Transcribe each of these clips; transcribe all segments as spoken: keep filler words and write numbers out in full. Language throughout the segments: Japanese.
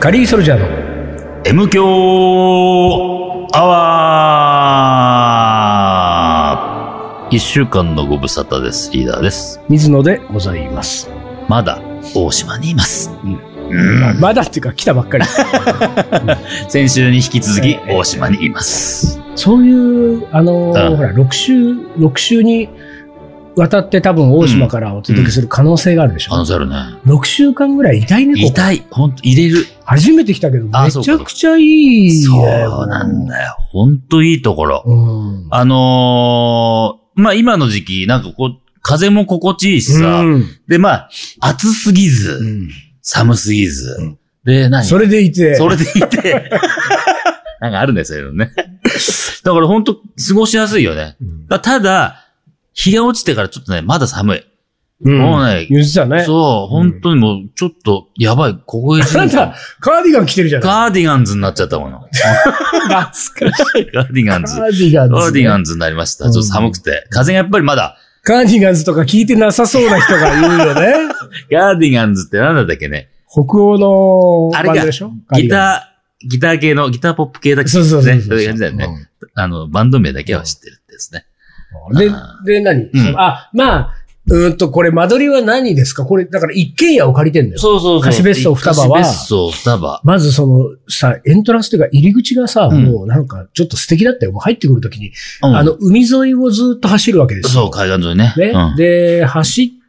カリーソルジャーの M 強アワー。一週間のご無沙汰です。リーダーです。 水野でございます。 まだ大島にいます。うんうん、まだっていうか来たばっかり。 先週に引き続き大島にいます。 そういうあのーうん、ほらろく週ろく週に渡って多分大島からお届けする可能性があるでしょ。 うんうん、可能性あるね。 ろくしゅうかんぐらい痛いね。 痛い。ほんと入れる。 初めて来たけどめちゃくちゃいい。 そうなんだよ。ほんといいところ。うん、あのー、まあ、今の時期なんかこう風も心地いいしさ。うん、で、まあ、暑すぎず、うん、寒すぎず。うん、で、何それでいて。 それでいて。なんかあるんですよね。だからほんと過ごしやすいよね。うん、ただ、日が落ちてからちょっとね、まだ寒い。 うん、もうね、言ってたね。 そう、本当にもう、ちょっと、やばい、ここへ。 あなた、カーディガン着てるじゃない。 カーディガンズになっちゃったもの。 懐かしい。 カーディガンズ。 カーディガンズ、ね。 カーディガンズになりました。ちょっと寒くて。風がやっぱりまだ。 カーディガンズとか聞いてなさそうな人が言うよね。 カーディガンズって何だったっけね。 北欧のバンドでしょ。 ギター、ギター系の、ギターポップ系だっけ。 そうそうそうそう。 そういう感じだよね。うん、あの、バンド名だけは知ってるってですね。 で、で何、うん、あ、まあ、うんと、これ、間取りは何ですかこれ、だから一軒家を借りてんだよ。 そうそうそう。 貸別荘双葉は。 貸別荘双葉。 まずその、さ、エントランスというか入り口がさ、うん、もうなんかちょっと素敵だったよ。もう入ってくるときに、うん、あの、海沿いをずっと走るわけですよ。 そう、海岸沿いね。 ね。うん、で、走って、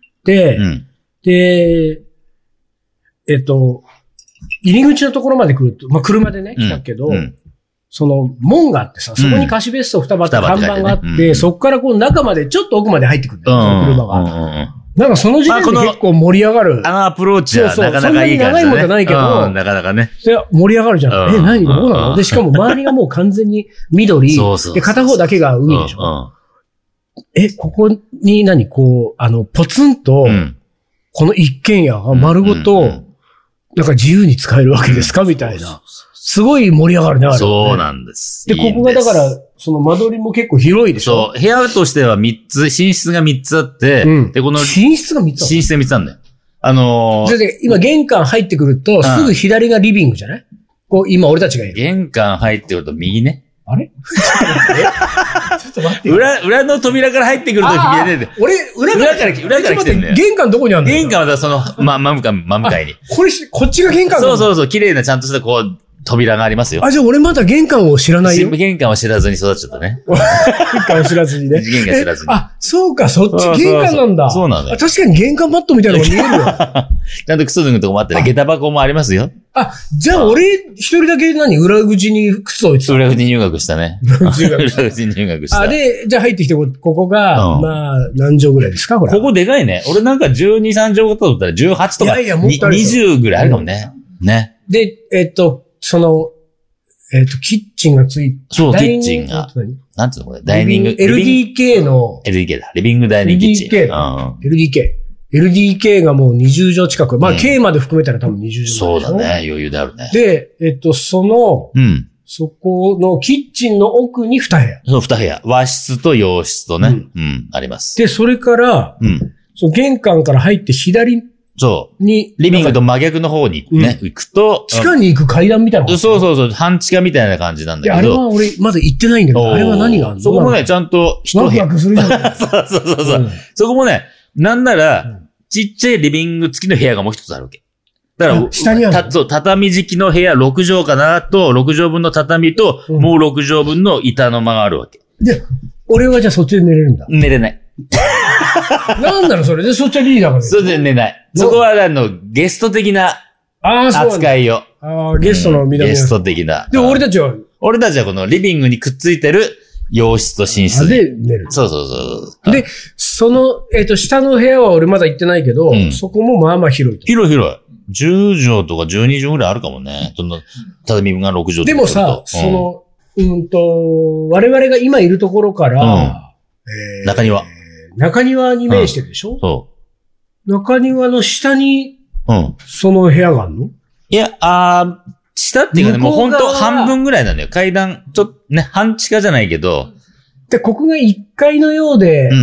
うん、で、えっと、入り口のところまで来ると、まあ、車でね、来たけど、うんうんその、門があってさ、そこに貸別荘双葉って看板があって、うんねうん、そこからこう中まで、ちょっと奥まで入ってくるんだよ、うん、その車が。うんうん、なんかその時点で結構盛り上がる。 あのアプローチはなかなかいい感じだね。そんなに長いもんじゃないけど、うん、なかなかね。 盛り上がるじゃん。うん、え、何どうなので、しかも周りがもう完全に緑。そうそうそうで、片方だけが海でしょ。うんうん、え、ここに何こう、あの、ポツンと、うん、この一軒家が丸ごと、うんうんうん、なんか自由に使えるわけですかみたいな。すごい盛り上がるね、あれ、ね。 そうなんです。 で、ここがだから、その間取りも結構広いでしょ。 そう、部屋としてはみっつ、寝室がみっつあって、うん、で、この、 寝室がみっつある寝室がみっつあるんだよ。あのー、 で、今玄関入ってくると、すぐ左がリビングじゃない、うん、こう、今俺たちがいる。 玄関入ってくると右ね。 あれちょっと待って。 裏、裏の扉から入ってくるとき見えねえ。 俺、裏から、 裏から、裏から来てんだよ。 玄関どこにあるの？ 玄関はその、ま、真向かい、真向かいに。 これ、こっちが玄関そうそうそう、綺麗なちゃんとしたこう、扉がありますよ。 あ、じゃあ俺まだ玄関を知らないよ。 玄関を知らずに育っちゃったね。 玄関を知らずにね。 玄関知らずに。 あ、そうか、そっち玄関なんだ。 そうなんだよ。 確かに玄関マットみたいなのが見えるよ。 ちゃんと靴脱ぐとこもあってね、下駄箱もありますよ。 あ、じゃあ俺一人だけ何裏口に靴置いてた。 裏口に入学したね。裏口に入学した。 あ、で、じゃあ入ってきて、ここが、うん、まあ、何畳ぐらいですかこれ。 ここでかいね。俺なんかじゅうに、さん畳とだったらじゅうはちとか。いやいや、もっとある。にじゅうぐらいあるかもね。うん、ね。 で、えっと、その、えっと、キッチンがついて。 そう、キッチンが。なんつうのこれ、ダイニング。 エルディーケー の。 エルディーケー だ。リビングダイニングキッチン。 エルディーケー。エルディーケー。エルディーケー がもうにじゅう畳近く。まあ、うん、K まで含めたら多分にじゅう畳。 そうだね。余裕であるね。 で、えっと、その、うん。そこのキッチンの奥にに部屋。 そう、に部屋。和室と洋室とね。うん。うん、あります。 で、それから、うん。その玄関から入って左そう。 に。 リビングと真逆の方にね、うん、行くと。 地下に行く階段みたいな。 そうそうそう。半地下みたいな感じなんだけど。 あれは俺、まだ行ってないんだけど、あれは何があるの？ そこもね、ちゃんと一部屋。 ワクワクするじゃん。 そうそうそうそう、うん。そこもね、なんなら、うん、ちっちゃいリビング付きの部屋がもう一つあるわけ。だから、 下にあるたそう、畳敷きの部屋ろく畳かなと、ろく畳分の畳と、うん、もうろく畳分の板の間があるわけ。 で、俺はじゃあそっちで寝れるんだ。 寝れない。 なんだろそれで、そっちはリーダーがね。 それで寝ない。そこはあの、ゲスト的な扱いを。 ああ、ゲストの南、 うん、ゲスト的な。 で、俺たちは俺たちはこのリビングにくっついてる洋室と寝室で寝る。 そうそうそう。 で、その、えっ、ー、と、下の部屋は俺まだ行ってないけど、うん、そこもまあまあ広いと。 広い広い。じゅう畳とかじゅうに畳ぐらいあるかもね。その、畳がろく畳とか。 でもさ、うん、その、うんと、我々が今いるところから、うんえー、中庭。 中庭に面してるでしょ、うん、 そう。 中庭の下に、うん。その部屋があるの？ いや、あー、下っていうかね、もうほんと半分ぐらいなんだよ。階段、ちょっとね、半地下じゃないけど。 で、ここがいっかいのようで、うん。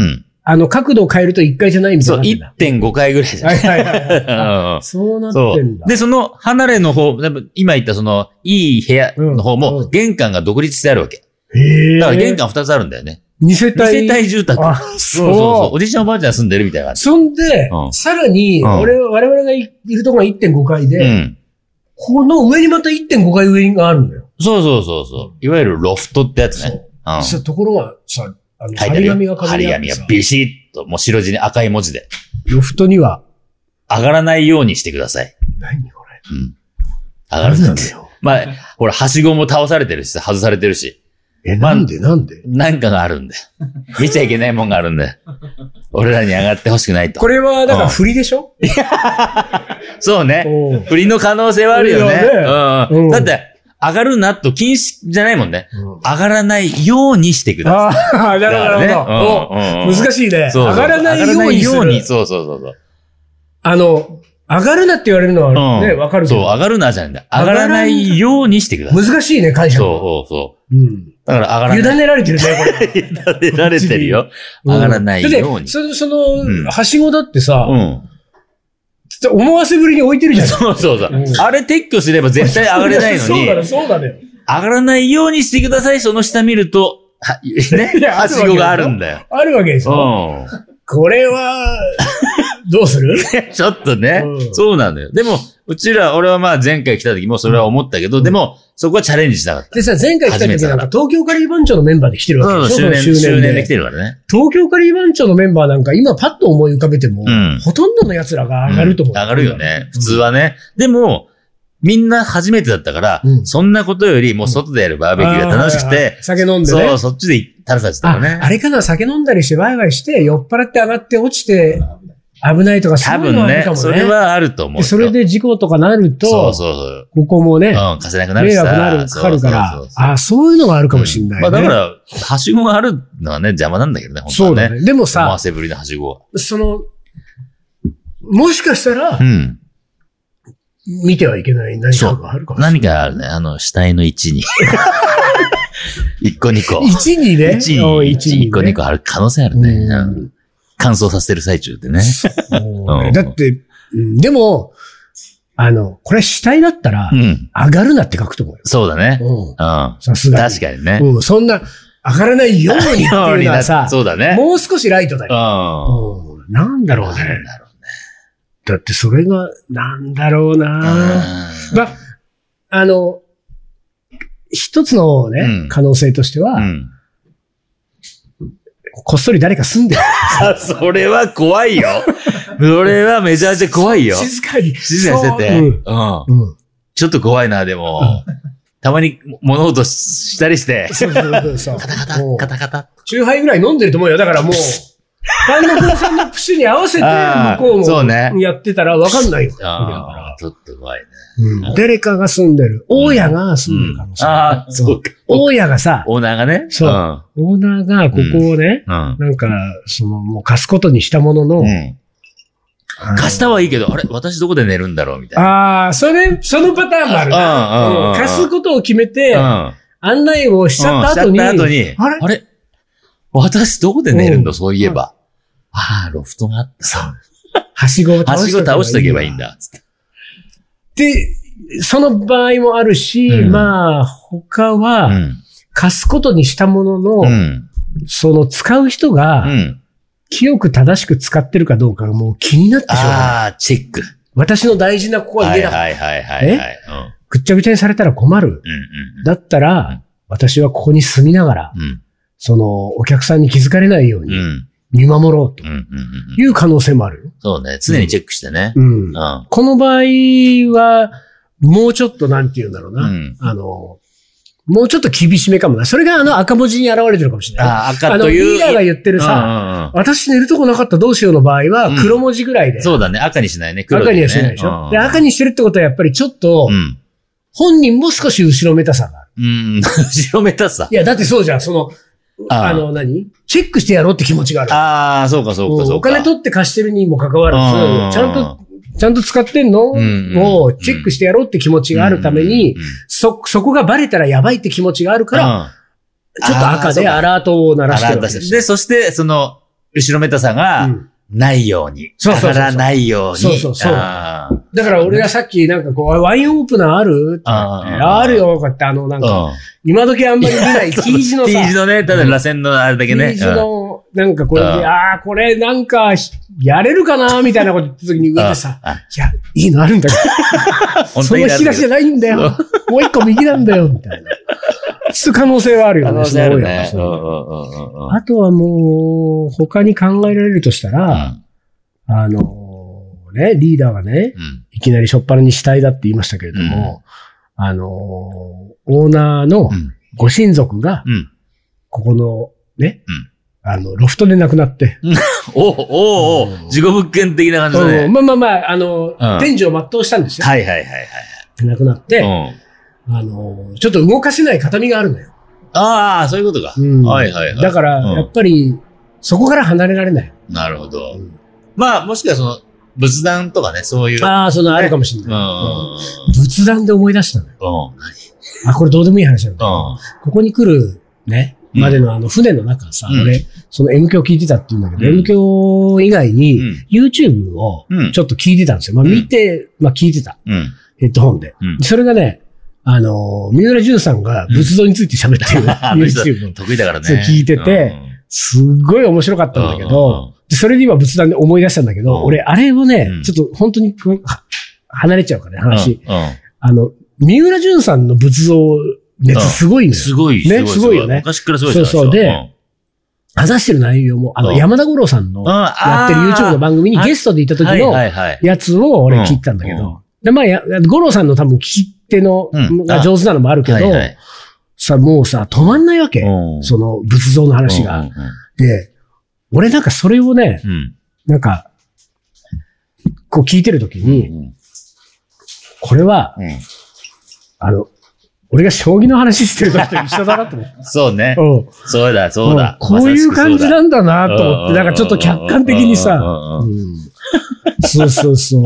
あの、角度を変えるといっかいじゃないみたいな。 そう、いってんご 回ぐらいじゃん。はいはいはい。 そうなってんだ。 で、その離れの方、今言ったその、いい部屋の方も、玄関が独立してあるわけ。へえ。だから玄関ふたつあるんだよね。 二世帯。 二世帯住宅。あ、そうそうそう。おじいちゃんおばあちゃん住んでるみたいな。 そんで、さらに、俺、我々がいるところが いってんご 階で、この上にまた いってんご 階上があるんだよ。 そうそうそうそう。いわゆるロフトってやつね。 そう。ところがさ、あの、 張り紙が張り紙がビシッと、もう白地に赤い文字で。 ロフトには、 上がらないようにしてください。 何これ。うん。 上がるんだよ。まあ、ほら、はしごも倒されてるしさ、外されてるし。 え、なんでなんでなんかがあるんだよ。見ちゃいけないもんがあるんだよ。俺らに上がってほしくないと。 これは、だから振りでしょ、 うん、そうね。振りの可能性はあるよね。うんうん、だって、上がるなと禁止じゃないもんね。うん、上がらないようにしてください。 ああ、なるほど。ねうんうん、難しいね。そうそう。上がらないようにする。上がらないように。そうそうそうそう。あの、上がるなって言われるのはね、わ、うん、かるけど。 そう、上がるなじゃないんだ。上がらないようにしてください。 難しいね、会社そうそう。うん。だから上がらない。 委ねられてるね、これ。 委ねられてるよ。上がらないように。 その、その、はしごだってさ、うん。思わせぶりに置いてるじゃん。 そうそうそう。うん、あれ撤去すれば絶対上がれないのに。 そうだね、そうだね。 上がらないようにしてください。その下見ると、は、ね、はしごがあるんだよ。 あるわけでしょ。うん。これは、どうするちょっとね、うん。そうなんだよ。でも、うちら、俺はまあ前回来た時もそれは思ったけど、うん、でも、そこはチャレンジしたかった。 でさ、前回来た時なんか東京カリー番長のメンバーで来てるわけでしょ。 そう、周年、周年で来てるからね。 東京カリー番長のメンバーなんか今パッと思い浮かべても、うん、ほとんどの奴らが上がると思う、 うん。上がるよね。普通はね。でも、みんな初めてだったから、うん、そんなことよりも外でやるバーベキューが楽しくて、 うん、酒飲んでね。 そう、そっちで楽しかったよね。 あれかな、酒飲んだりしてワイワイして、酔っ払って上がって落ちて、危ないとかそういうのはあるかもね。 多分ね、それはあると思う。 それで事故とかなると、 そうそうそう。 ここもね、 うん、貸せなくなるしさ。迷惑なる、かかるから、そうそうそうあ、そういうのがあるかもしれない、ねうん。まあだから、はしごがあるのはね、邪魔なんだけどね、本当はね。そうだね。 でもさ、 思わせぶりのはしごは。 その、もしかしたら、うん。見てはいけない何かがあるかもしれない。 何かあるね。あの、死体の位置に。一個二個。 一にね。 一に。一個二個ある可能性あるね。うん、乾燥させてる最中でね。 うん、だって、でも、あの、これ死体だったら、うん、上がるなって書くと思うよ。 そうだね。うん。 さすがに。 確かにね。 うん。そんな、上がらないようにっていうのはさ、 そうだね。 もう少しライトだよ。うん。なんだろうね。なんだろうね。だってそれが、なんだろうなま、あの、一つのね、うん、可能性としては、うん、こっそり誰か住んでる。 それは怖いよ。それはめちゃめちゃ怖いよ。 静かに。 静かにしてて、うんうん。ちょっと怖いな、でも。うん、たまに物音したりして。そうそうそう。カタカタ、カタカタ。 チューハイぐらい飲んでると思うよ。だからもう、丹野くんさんのプシュに合わせて向こうもやってたらわかんないよ。 ああ、ちょっと怖いね。 うん、誰かが住んでる。大家が住んでる可能性、うん。ああ、そうか。大家がさ、 オーナーがね。 そう。うん、オーナーがここをね、うん、なんか、その、もう貸すことにしたものの、うん、 貸したはいいけど、あれ私どこで寝るんだろうみたいな。 ああ、それ、そのパターンもあるな。貸すことを決めて、うん、案内をしちゃった後に、 しちゃった後にあれあれ私どこで寝るんだ、そういえば。ああ、ロフトがあった。そう。 はしごを倒しとけばいい。 はしご倒しとけばいいんだ。つって。 で、その場合もあるし、うん、まあ、他は、貸すことにしたものの、うん、その使う人が、うん、清く正しく使ってるかどうかがもう気になってしょうがない。 ああ、チェック。 私の大事なここは家だ。 はいはいはいはい、はい。 ぐっちゃぐちゃにされたら困る。うんうんうん、だったら、うん、私はここに住みながら、うん、その、お客さんに気づかれないように、うん見守ろうという可能性もあるよ。 そうね。常にチェックしてね。 うんうん、この場合は、もうちょっとなんて言うんだろうな。うん、あの、もうちょっと厳しめかもな。それがあの赤文字に現れてるかもしれない。 あ、赤という。 あの、リーダーが言ってるさ、うんうんうん、私寝るとこなかったどうしようの場合は、黒文字ぐらいで、うん。 そうだね。赤にしないね。黒でね。赤にはしないでしょ。うん、で、赤にしてるってことはやっぱりちょっと、うん、本人も少し後ろめたさがある。 うん、後ろめたさ。 いや、だってそうじゃん。その、あ, あの何、チェックしてやろうって気持ちがある。 ああ、そうかそうかそうか。 お金取って貸してるにもかかわらず、ちゃんと、ちゃんと使ってんの、うん、をチェックしてやろうって気持ちがあるために、うんうん、そ、そこがバレたらやばいって気持ちがあるから、ちょっと赤でアラートを鳴らしてるわけです。 で、そして、その、 後ろめたさが、ないように。 そうそうそう。 上がらないように。 そうそうそう。だから俺がさっきなんかこう、ワインオープナーあるああるよ、こうやってあのなんか、今時あんまり見ない T 字のさ。 T 字のね、ただ螺旋のあれだけね。 T 字の、なんかこれで、ああ、これなんか、やれるかなみたいなこと言った時に上でさ、いや、いいのあるんだけど。その引き出しじゃないんだよ。もう一個右なんだよ、みたいな。つ可能性はあるよね。 可能性あるね。 あとはもう、他に考えられるとしたら、うん、あのー、ね、リーダーがね、うん、いきなりしょっぱなに死体だって言いましたけれども、うん、あのー、オーナーのご親族が、うん、ここのね、うん、あの、ロフトで亡くなって。 おおおお事故物件的な感じだね。 まあまあまあ、あの、うん、天寿を全うしたんですよ。 はいはいはいはい。 亡くなって、うんあの、ちょっと動かせない形見があるのよ。 ああ、そういうことか。 うん、 はいはいはい。 だから、やっぱり、うん、そこから離れられない。 なるほど。うん、まあ、もしかしたらその、仏壇とかね、そういう。 ああ、その、あるかもしれない。うん、仏壇で思い出したのよ。うん、あ、これどうでもいい話なんだけど、うん、ここに来る、ね、までのあの、船の中さ、うん、俺、その M 響聞いてたって言うんだけど、うん、M 響以外に、YouTube をちょっと聞いてたんですよ。まあ、見て、まあ、聞いてた。うん、ヘッドホンで。うん、それがね、あの、三浦淳さんが仏像について喋ってる、うん、YouTube 得意だからね。 そう聞いてて、うん、すっごい面白かったんだけど、うん、それで今仏壇で思い出したんだけど、うん、俺、あれをね、うん、ちょっと本当に離れちゃうからね、話。うんうん、あの、三浦淳さんの仏像熱すごいね、うん。 すごい。 ね、すごいよね。 昔からすごいそうそう。で、うん、話してる内容も、あの、山田五郎さんのやってる YouTube の番組にゲストでいた時のやつを俺聞いたんだけど、で、まあ、や、五郎さんの多分聞き手の、うん、が上手なのもあるけど、はいはい、さ、もうさ、止まんないわけ。うん、その仏像の話が、うんうんうん。で、俺なんかそれをね、うん、なんか、こう聞いてるときに、うん、これは、うん、あの、俺が将棋の話してる時と一緒だなと思って。 そうね。うん。そうだ、そうだ。 こういう感じなんだなと思って、なんかちょっと客観的にさ、そうそうそう。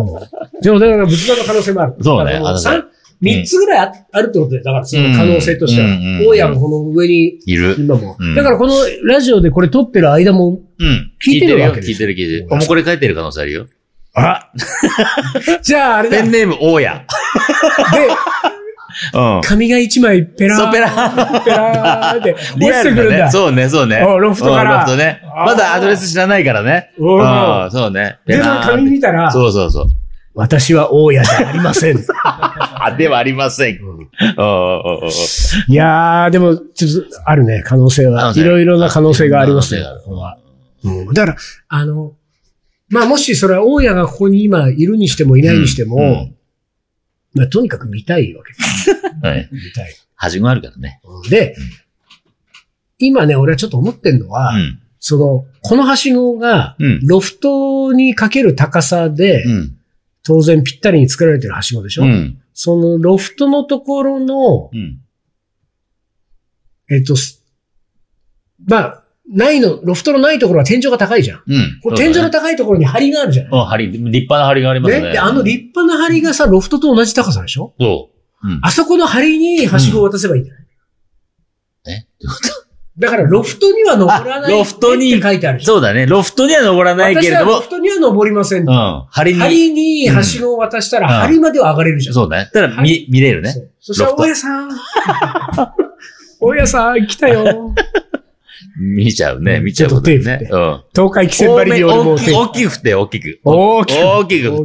でもだから仏像の可能性もある。 そうね。 三つぐらい あ,、あるってことで、だからその可能性としては。大家もこの上に。 いる。 今も、うん。だからこのラジオでこれ撮ってる間も、聞いてるわけですよ。 聞いてる聞いてる。もうこれ書いてる可能性あるよ。 あじゃああれだ。 ペンネーム大家。で、 うん、紙が一枚ペラー。 そう、ペラー。 ペラーって。 リアルだね。そうね、そうね。 ロフトから。 ロフトね。まだアドレス知らないからね。うん、そうね。 で、その紙見たら。 そうそうそう。 私は大家じゃありません。 あ、ではありません。うん、 いやー、でも、ちょっと、あるね、可能性は。いろいろな可能性がありますね。うん、だから、あの、まあ、もしそれは大家がここに今いるにしてもいないにしても、うんうんまあ、とにかく見たいわけです。 はい。見たい。はしごあるからね。 で、うん、今ね、俺はちょっと思ってんのは、うん、その、このはしごが、ロフトにかける高さで、うん、当然ぴったりに作られてるはしごでしょ、うん、そのロフトのところの、うん、えっと、まあ、ないの、ロフトのないところは天井が高いじゃん。うん。これ天井の高いところに梁があるじゃん。 うん、梁。立派な梁がありますね。ね。 で、あの立派な梁がさ、ロフトと同じ高さでしょそう。 うん。あそこの梁にはしごを渡せばいいんじゃない、 うん、えどういうことだからロフトには登らない。 ロフトに。 って書いてある。 そうだね。ロフトには登らないけれども。 私はロフトには登りません。 うん。梁に。 梁にはしごを渡したら、梁までは上がれるじゃん。 そうだね。ただ見、見れるね。 そしたら、大家さん。大家さん、来たよ。 見ちゃうね。見ちゃうことね。 うん。東海汽船張りに俺も手大きく振って、大きく。 大きく。 大きく振って。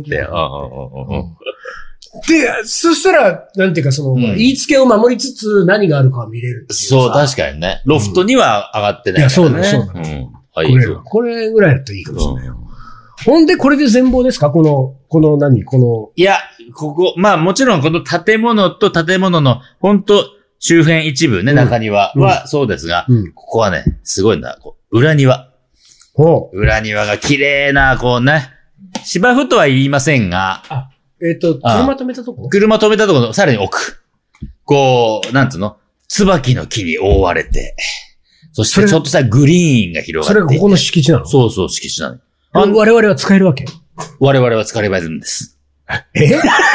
で、そしたら、なんていうかその、言いつけを守りつつ何があるかを見れる。 そう、確かにね。ロフトには上がってない。 いや、そうだね。そうだね。これ、これぐらいだといいかもしれないよ。ほんで、これで全貌ですかこの、この何この。 いや、ここ、まあもちろんこの建物と建物の、本当周辺一部ね、中庭はそうですが、ここはね、すごいな、裏庭。裏庭が綺麗な、こうね、芝生とは言いませんが、 あ、えっと、車止めたとこ車止めたところのさらに奥。こう、なんつうの椿の木に覆われて、そしてちょっとしたグリーンが広がっていて。 それがここの敷地なの？ そうそう、敷地なの。 我々は使えるわけ？ 我々は使えばいるんです。 え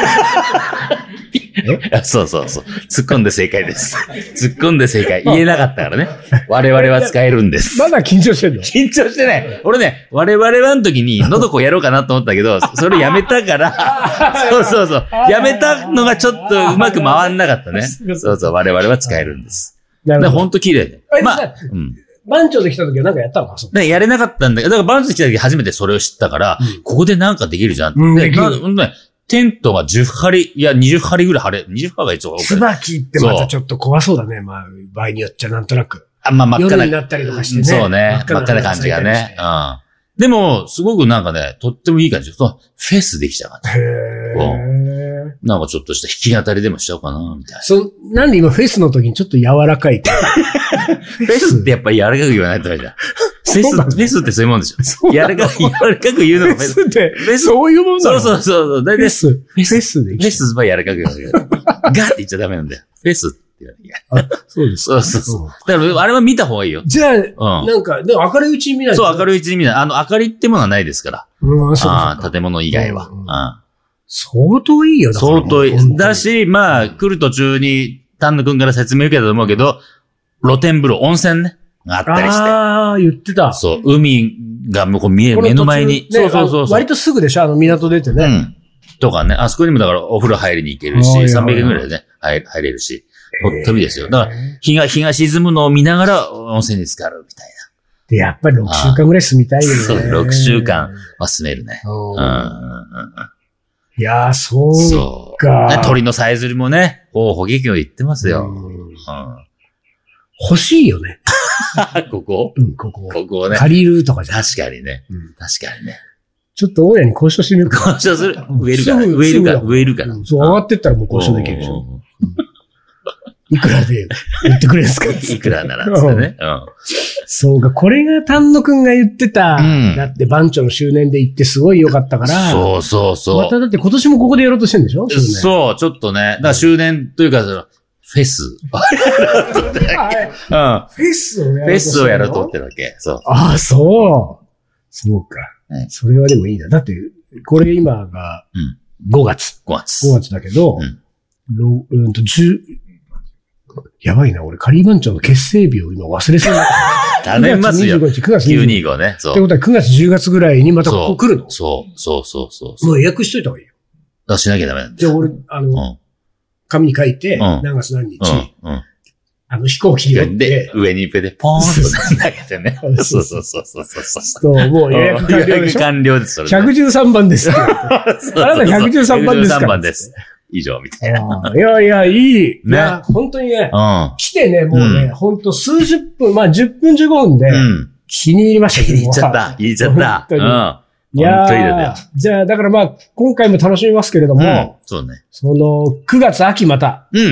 えそうそうそう。突っ込んで正解です。突っ込んで正解。言えなかったからね。我々は使えるんです。 まだ緊張してんの？ 緊張してない。俺ね、我々はの時に喉こやろうかなと思ったけど、それやめたから、そうそうそう。やめたのがちょっとうまく回んなかったね。そうそう、我々は使えるんです。なるほど。ほんと綺麗で。まあ、うん。 番長で来た時はなんかやったのか？ そう。やれなかったんだけど、だから番長で来た時初めてそれを知ったから、うん、ここでなんかできるじゃん。うん、で、なね、テントがじゅうはり、いや、にじゅうはりぐらい張れ、にじゅうはりが一応。 椿ってまたちょっと怖そうだね。まあ、場合によっちゃなんとなく。 あ、まあ、真っ赤な。 夜になったりとかしてね。 そうね。真っ赤な感じがね。うん。でも、すごくなんかね、とってもいい感じ。フェスできちゃう感じ。へー。なんかちょっとした弾き語りでもしちゃおうかな、みたいな。 そ、なんで今フェスの時にちょっと柔らかいフェスってやっぱり柔らかく言わないとダメじゃん。フェス、フェスってそういうもんでしょ。柔らかく、柔らかく言うのがフェスって、フェスそういうもんだろ。 そうそうそう。フェス。フェスで。 フェスは柔らかく言わない。ガーって言っちゃダメなんだよ。フェスって言わない。 そうです。 そうそうそう。だから、あれは見た方がいいよ。 じゃあ、なんか、でも明るいうちに見ないと。 そう、明るいうちに見ない。あの、明かりってものはないですから。うん、そうああ、建物以外は。うん。 相当いいよ、 だから相当いい。だし、まあ、来る途中に、丹野くんから説明受けたと思うけど、露天風呂、温泉ね。あったりして。 ああ、言ってた。 そう、海がもう見える、目の前に。 そうそうそう。割とすぐでしょ、あの港出てね。うん。 とかね、あそこにもだからお風呂入りに行けるし、さんびゃくえんぐらいでね、入れるし。とってもいいですよ。だから、日が、日が沈むのを見ながら温泉に浸かるみたいな。 で、やっぱりろくしゅうかんぐらい住みたいよね。 そう、ろくしゅうかんは住めるね。うん。 いやー、そうか。 鳥のさえずりもね、お保育業言ってますよ。 欲しいよね。 ここうん、ここ。 ここね。 借りるとかじゃん。 確かにね。確かにね。 ちょっと大家に交渉してみるか。 交渉する。植えるから。植えるから。植えるから。 そう、上がってったらもう交渉できるでしょ。いくらで言ってくれるんですか？ いくらならですね。うん。 そうか、これが丹野くんが言ってた。うん。だって番長の周年で行ってすごい良かったから。 そうそうそう。 まただって今年もここでやろうとしてるんでしょ？ そう、ちょっとね。だから周年というか、フェス。うん。フェスをやろうと。 フェスをやろうと思ってるわけ。そう。 ああ、そう。そうか。それはでもいいな。だって、これ今がごがつ。 ごがつ。 ごがつだけど、うん。うんと、じゅう、やばいな、俺、カリー番長の結成日を今忘れそうな。 頼みますよ。くがつにじゅうごにち、くがつにじゅうごにち。きゅうにじゅうごね。そう。ってことはくがつじゅうがつぐらいにまたここ来るの？ そう、そう、そう、そう。 もう予約しといた方がいいよ。 だしなきゃダメなんだよ。じゃあ俺、あの、紙に書いて、何月何日、あの飛行機に乗って。 上にペでポーンと投げてね。そうそうそうそうそう。 もう予約完了でしょ？ 完了です、それ。 ひゃくじゅうさんばんですって。あなたひゃくじゅうさんばんですか？ひゃくじゅうさんばんです。以上、みたいな。 いやいや、いい。ね。本当にね、来てね、もうね、本当数十分、まあじゅっぷんじゅうごふんで、気に入りました。 気に入っちゃった。気に入っちゃった。うん。 いやじゃあ、だからまあ、今回も楽しみますけれども、 そうね。 その、くがつ秋また。 うん。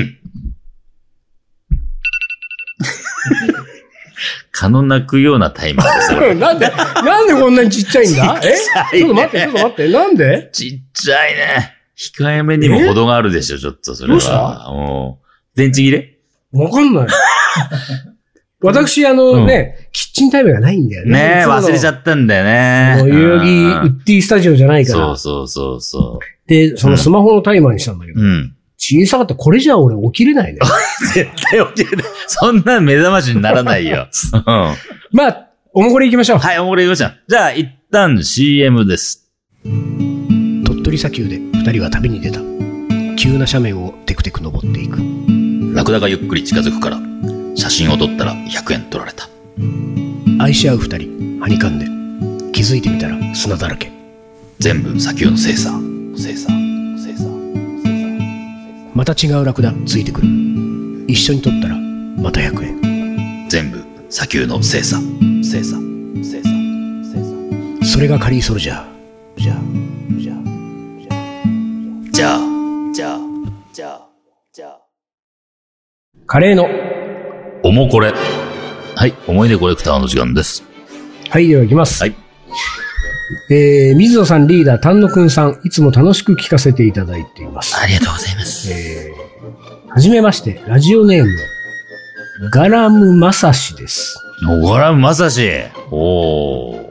蚊の鳴くようなタイマーですよ。 なんで、なんでこんなにちっちゃいんだ？えちょっと待って、ちょっと待って、なんで？ ちっちゃいね。控えめにも程があるでしょ、ちょっとそれは。 どうした？ もう、電池切れ？ わかんない。私、あのね、キッチンタイムがないんだよね。 ねえ、忘れちゃったんだよね。 代々木ウッディスタジオじゃないから。 そうそうそうそう。 で、そのスマホのタイマーにしたんだけど。うん。小さかったらこれじゃ俺起きれないね。 絶対起きれない。そんな目覚ましにならないよ。うん。 まあ、おもこれ行きましょう。 はい、おもこれ行きましょう。じゃあ、一旦 シーエム です。 鳥取砂丘で二人は旅に出た。急な斜面をテクテク登っていく。 ラクダがゆっくり近づくから、写真を撮ったらひゃくえん取られた。 愛し合う二人、はにかんで。気づいてみたら砂だらけ。 全部砂丘の精査。精査。精査。 また違うラクダついてくる。一緒に撮ったらまたひゃくえん。 全部砂丘の精査。精査。精査。精査。 それがカリーソルジャー。じゃあ、じゃあ、 じゃあ、じゃあ、じゃあ、じゃあ。 カレーのおもこれ。はい、思い出コレクターの時間です。 はい、では行きます。 はい。 えー、水野さんリーダー、丹野くんさん、いつも楽しく聞かせていただいています。 ありがとうございます。 えー、はじめまして、ラジオネーム、ガラムマサシです。 ガラムマサシ。おー。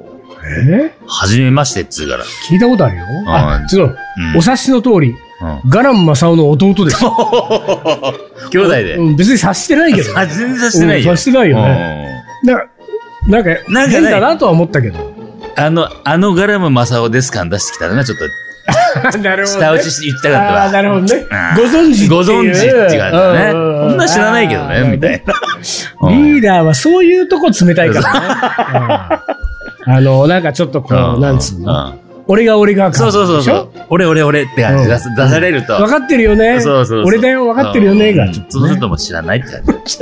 えはじめましてっつうから。 聞いたことあるよ。あ、ちょっと、お察しの通り、ガラムマサオの弟です。 兄弟で。 うん、別に察してないけど。 全然察してないよ。 察してないよね。なんか、変だなとは思ったけど。 あの、あのガラムマサオです感出してきたらな、ちょっと。 なるほど。 下打ちして言ったかったわ。 ああ、なるほどね。ご存知ご存知って感じだね。こんな知らないけどね、みたいな。 リーダーはそういうとこ冷たいからね。あの、なんかちょっとこう、なんつうの。俺が俺がそうそうそうそう。俺俺俺って感じで出されると。 分かってるよね。 そうそう。 俺だよ、分かってるよね。が。 そうするとも知らないって感じ。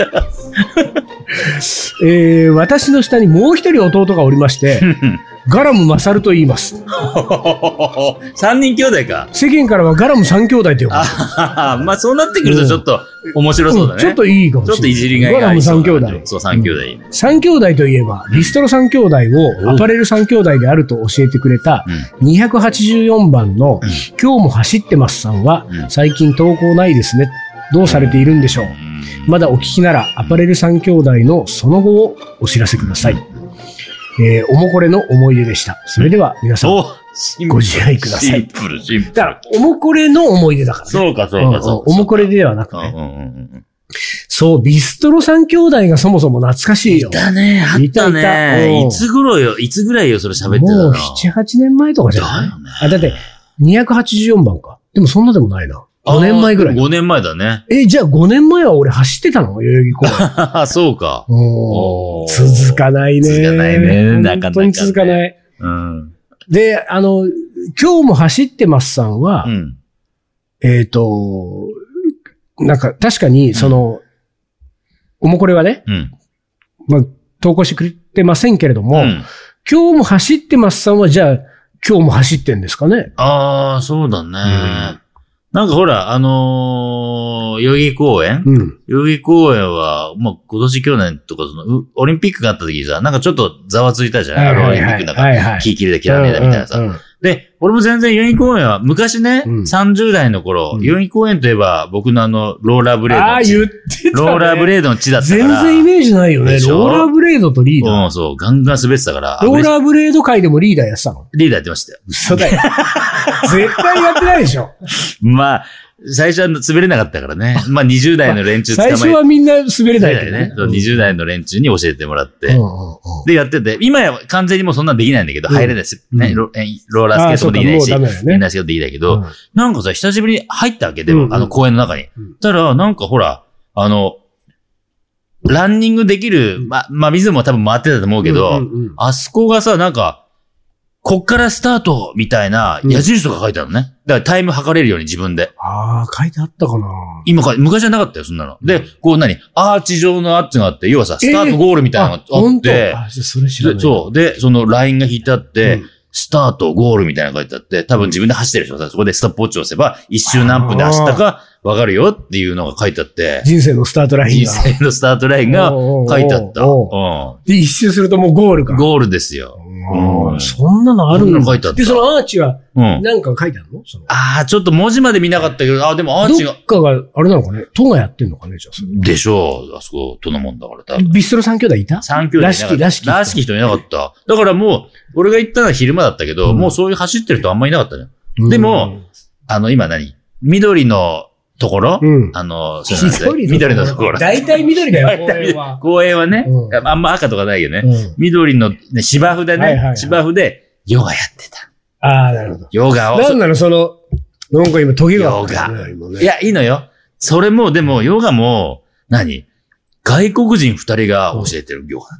えー、私の下にもう一人弟がおりまして、ガラムマサルと言います。 三人兄弟か。 世間からはガラム三兄弟と呼ばれてます。 あまあそうなってくるとちょっと面白そうだね。 ちょっといいかもしれない。 ちょっといじりがいがガラム三兄弟。 そう、三兄弟。 三兄弟といえば、ビストロ三兄弟をアパレル三兄弟であると教えてくれた、にひゃくはちじゅうよんばんの今日も走ってますさんは、最近投稿ないですね。どうされているんでしょう。まだお聞きなら、アパレル三兄弟のその後をお知らせください。えー、おもこれの思い出でした。それでは皆さん、ご自愛ください。 シンプル、シンプル。 だから、おもこれの思い出だからね。 そうか、そうか、そうか。 おもこれではなくね。そう、ビストロ三兄弟がそもそも懐かしいよ。 いたね、あったね。いつ頃よ、いつぐらいよ、それ喋ってたの。 もうなな、はちねんまえとかじゃない？あ、だって、にひゃくはちじゅうよんばんか。でもそんなでもないな。ごねんまえぐらい。 ごねんまえだね。 え、じゃあごねんまえは俺走ってたの？代々木公園。 そうか。 お続かないね。 続かないね。なかなか。 本当に続かない。 うん。 で、あの、今日も走ってますさんは、うん、えっと、なんか確かに、その、うん、おもこれはね、うん、まあ、投稿してくれてませんけれども、うん、今日も走ってますさんは、じゃあ、今日も走ってんですかね？ ああ、そうだね。うんなんかほら、あのー、代々木公園、うん、代々木公園は、まあ、今年去年とか、その、オリンピックがあった時さ、なんかちょっとざわついたじゃない、はいはいはい、オリンピックなんか、はいはい、キーキリで切らねえだみたいなさ、うんうんうん。で、俺も全然代々木公園は、昔ね、うん、さんじゅう代の頃、うん、代々木公園といえば、僕のあの、ローラーブレードの地。ああ、言ってたね。ローラーブレードの地だったから。 全然イメージないよね。ローラーブレードとリーダー。 うん、そう、ガンガン滑ってたから。 ローラーブレード界でもリーダーやってたの？ リーダーやってましたよ。 嘘だよ。絶対やってないでしょ。 まあ、最初は滑れなかったからね。まあにじゅう代の連中捕まえて。 最初はみんな滑れないけどね。うん、にじゅう代の連中に教えてもらって。うんうんうん、で、やってて、今や完全にもうそんなんできないんだけど、うん、入れないです。ね、ロ。ローラースケートもできないし、ね、みんなスケートできないけど、うん、なんかさ、久しぶりに入ったわけでも、うんうん、あの公園の中に。うん、たら、なんかほら、あの、ランニングできる、ま、まあ、水も多分回ってたと思うけど、うんうんうん、あそこがさ、なんか、こっからスタートみたいな矢印とか書いてあるのね。だからタイム測れるように自分で。 ああ、書いてあったかな。 今か、昔じゃなかったよ、そんなの。で、こう何アーチ状のアーチがあって、要はさ、スタートゴールみたいなのがあって、 あ、それ知らない。 そう。で、そのラインが引いてあって、うん、スタート、ゴールみたいなのが書いてあって、多分自分で走ってる人さ、そこでストップウォッチを押せば、一周何分で走ったかわかるよっていうのが書いてあって。 人生のスタートラインが。人生のスタートラインが書いてあった。うん。 で、一周するともうゴールか。 ゴールですよ。 うん、そんなのあるの？ 書いてあった。 で、そのアーチは、なんか書いてあるの？そのああ、ちょっと文字まで見なかったけど、ああ、でもアーチが。 どっかが、あれなのかね？都がやってんのかね？じゃあそれ。 でしょう。あそこ、都のもんだから多分。 ビストロ三兄弟いた？ 三兄弟いなかった。らしき、 らしき。 らしき人いなかった。だからもう、俺が行ったのは昼間だったけど、うん、もうそういう走ってる人あんまいなかったね。うん、でも、あの、今何？緑の、ところ、うん、あの、そうなんです緑のところ。 大体緑だよ、公園は。 公園はね、うん、あんま赤とかないよね。うん、緑の、ね、芝生でね、はいはいはい、芝生でヨガやってた。 ああ、なるほど。 ヨガを。 なんなの、その、なんか今、トゲがあったね。ヨガ。ね、いや、いいのよ。それも、でも、ヨガも、何外国人二人が教えてるヨガだった。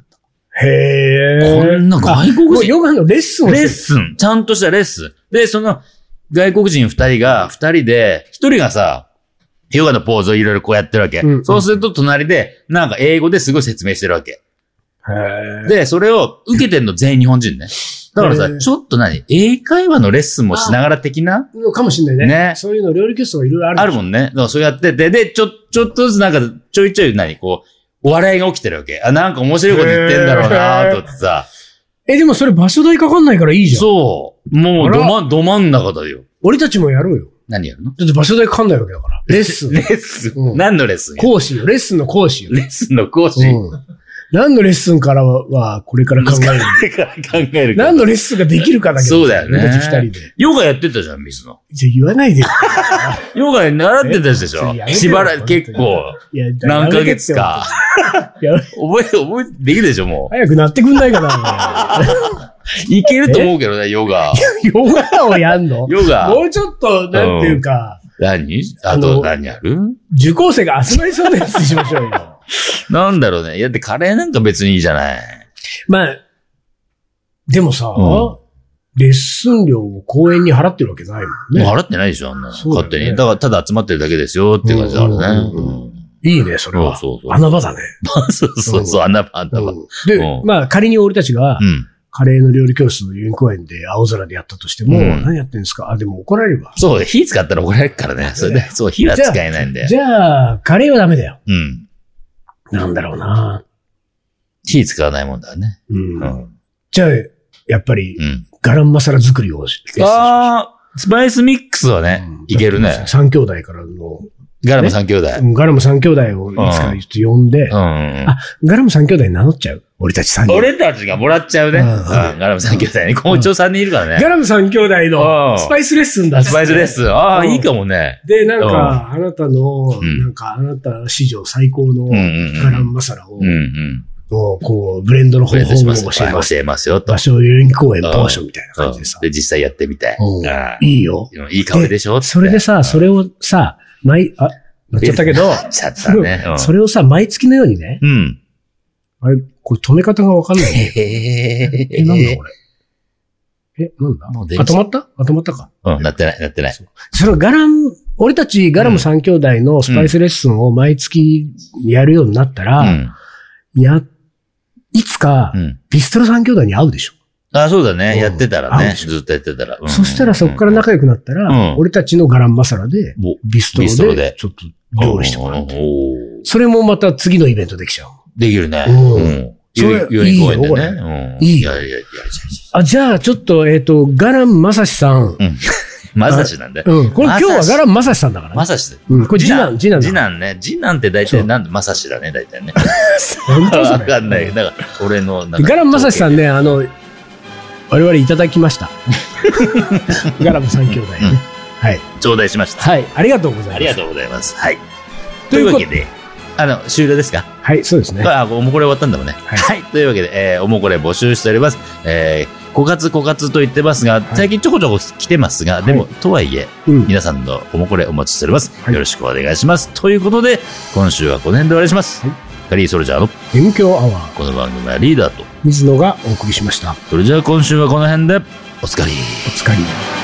へえ。 こんな外国人。 ヨガのレッスンをレッスン。ちゃんとしたレッスン。で、その、外国人二人が、二人で、一人がさ、ヨガのポーズをいろいろこうやってるわけ。うんうん、そうすると隣で、なんか英語ですごい説明してるわけ。 へで、それを受けてんの全員日本人ね。だからさ、ちょっと何英会話のレッスンもしながら的なかもしれないね。ね。そういうの料理教室がいろいろある。 あるもんね。だからそうやってて、で、ちょ、ちょっとずつなんか、ちょいちょい何こう、お笑いが起きてるわけ。あ、なんか面白いこと言ってんだろうなと思ってさ。 え、でもそれ場所代かかんないからいいじゃん。 そう。もう、どま、ど真ん中だよ。 俺たちもやろうよ。 何やるの？ だって場所代かかんないわけだから。レッスン。 レッスン、うん、何のレッスン？ 講師よ。レッスンの講師よ。 レッスンの講師、うん、 何のレッスンからは、これから考える。これから考える。 何のレッスンができるかだけど。 そうだよね。 俺たち二人で。 ヨガやってたじゃん、水野。 じゃ言わないでよ。 ヨガ習ってたでしょしばらく結構。何ヶ月か。覚え、覚え、できるでしょ、もう。 早くなってくんないかな。 いけると思うけどね、ヨガ。 ヨガをやんのヨガ。 もうちょっと、なんていうか。 何あと何やる受講生が集まりそうなやつにしましょうよ。 なんだろうね。いや、で、カレーなんか別にいいじゃない。 まあ、でもさ、うん、レッスン料を公園に払ってるわけないもんね。 もう払ってないでしょ、あんなの。勝手に。だから、ただ集まってるだけですよっていう感じだからね。 いいね、それは。 そうそう。 穴場だね。 そうそうそう、穴場、穴場。 で、まあ、仮に俺たちが、カレーの料理教室の遊園公園で青空でやったとしても、何やってんですか？あ、でも怒られるわ。 そう、火使ったら怒られるからね。それで、そう、火は使えないんだよ。 じゃあ、カレーはダメだよ。 うん。 なんだろうな。 火使わないもんだね。 うん。じゃあ、やっぱり、ガラムマサラ作りをしああ、スパイスミックスはね、いけるね。 三兄弟からの。 ガラム三兄弟。 ガラム三兄弟をいつか呼んで、あ、ガラム三兄弟に名乗っちゃう。俺たち三人。 俺たちがもらっちゃうね。ガラム三兄弟ね。校長さんにいるからね。 ガラム三兄弟のスパイスレッスンだ。 スパイスレッスン。ああ、いいかもね。 で、なんか、あなたの、なんか、あなた史上最高のガラムマサラを、こう、ブレンドの方法を教えます。 教えますよと。 場所遊園公園ポーションみたいな感じでさ。 で、実際やってみたい。 いいよ。 いい香りでしょそれでさ、それをさ、毎、あ、なっちゃったけど、 ちゃったね。 それをさ、毎月のようにね。 うん。 あれ、これ止め方がわかんないね。え、なんだこれ。え、なんだあ、止まったあ、止まったか。 うん、なってない、なってない。 そのガラム、俺たちガラム三兄弟のスパイスレッスンを毎月やるようになったら、や、いつか、ビストロ三兄弟に会うでしょ。 あ、そうだね。やってたらね。ずっとやってたら。 そしたらそこから仲良くなったら、俺たちのガラムマサラで、ビストロで、ちょっと料理してもらう。それもまた次のイベントできちゃう。 できるね。うん。それ、いいよ、これ。いいよ。 あ、じゃあ、ちょっと、えっと、ガラムマサシさん。 マサシなんだよ。 うん。これ今日はガラムマサシさんだから。 マサシだ。 うん。これ次男、次男。 次男ね。次男って大体なんでマサシだね、大体ね。本当わかんない。だから、俺の。 ガラムマサシさんね、あの、我々いただきました。ガラム三兄弟ね。はい。 頂戴しました。 はい。ありがとうございます。 ありがとうございます。はい。というわけで、あの、終了ですか？ はい、そうですね。 あ、おもこれ終わったんだもんね。はい。というわけで、えー、おもこれ募集しております。えー、枯渇枯渇と言ってますが、最近ちょこちょこ来てますが、でも、とはいえ、皆さんのおもこれお待ちしております。よろしくお願いします。ということで、今週はこの辺で終わりします。カリーソルジャーの M 強アワー。 この番組はリーダーと水野がお送りしました。 それじゃあ今週はこの辺で、おつかり。 おつかり。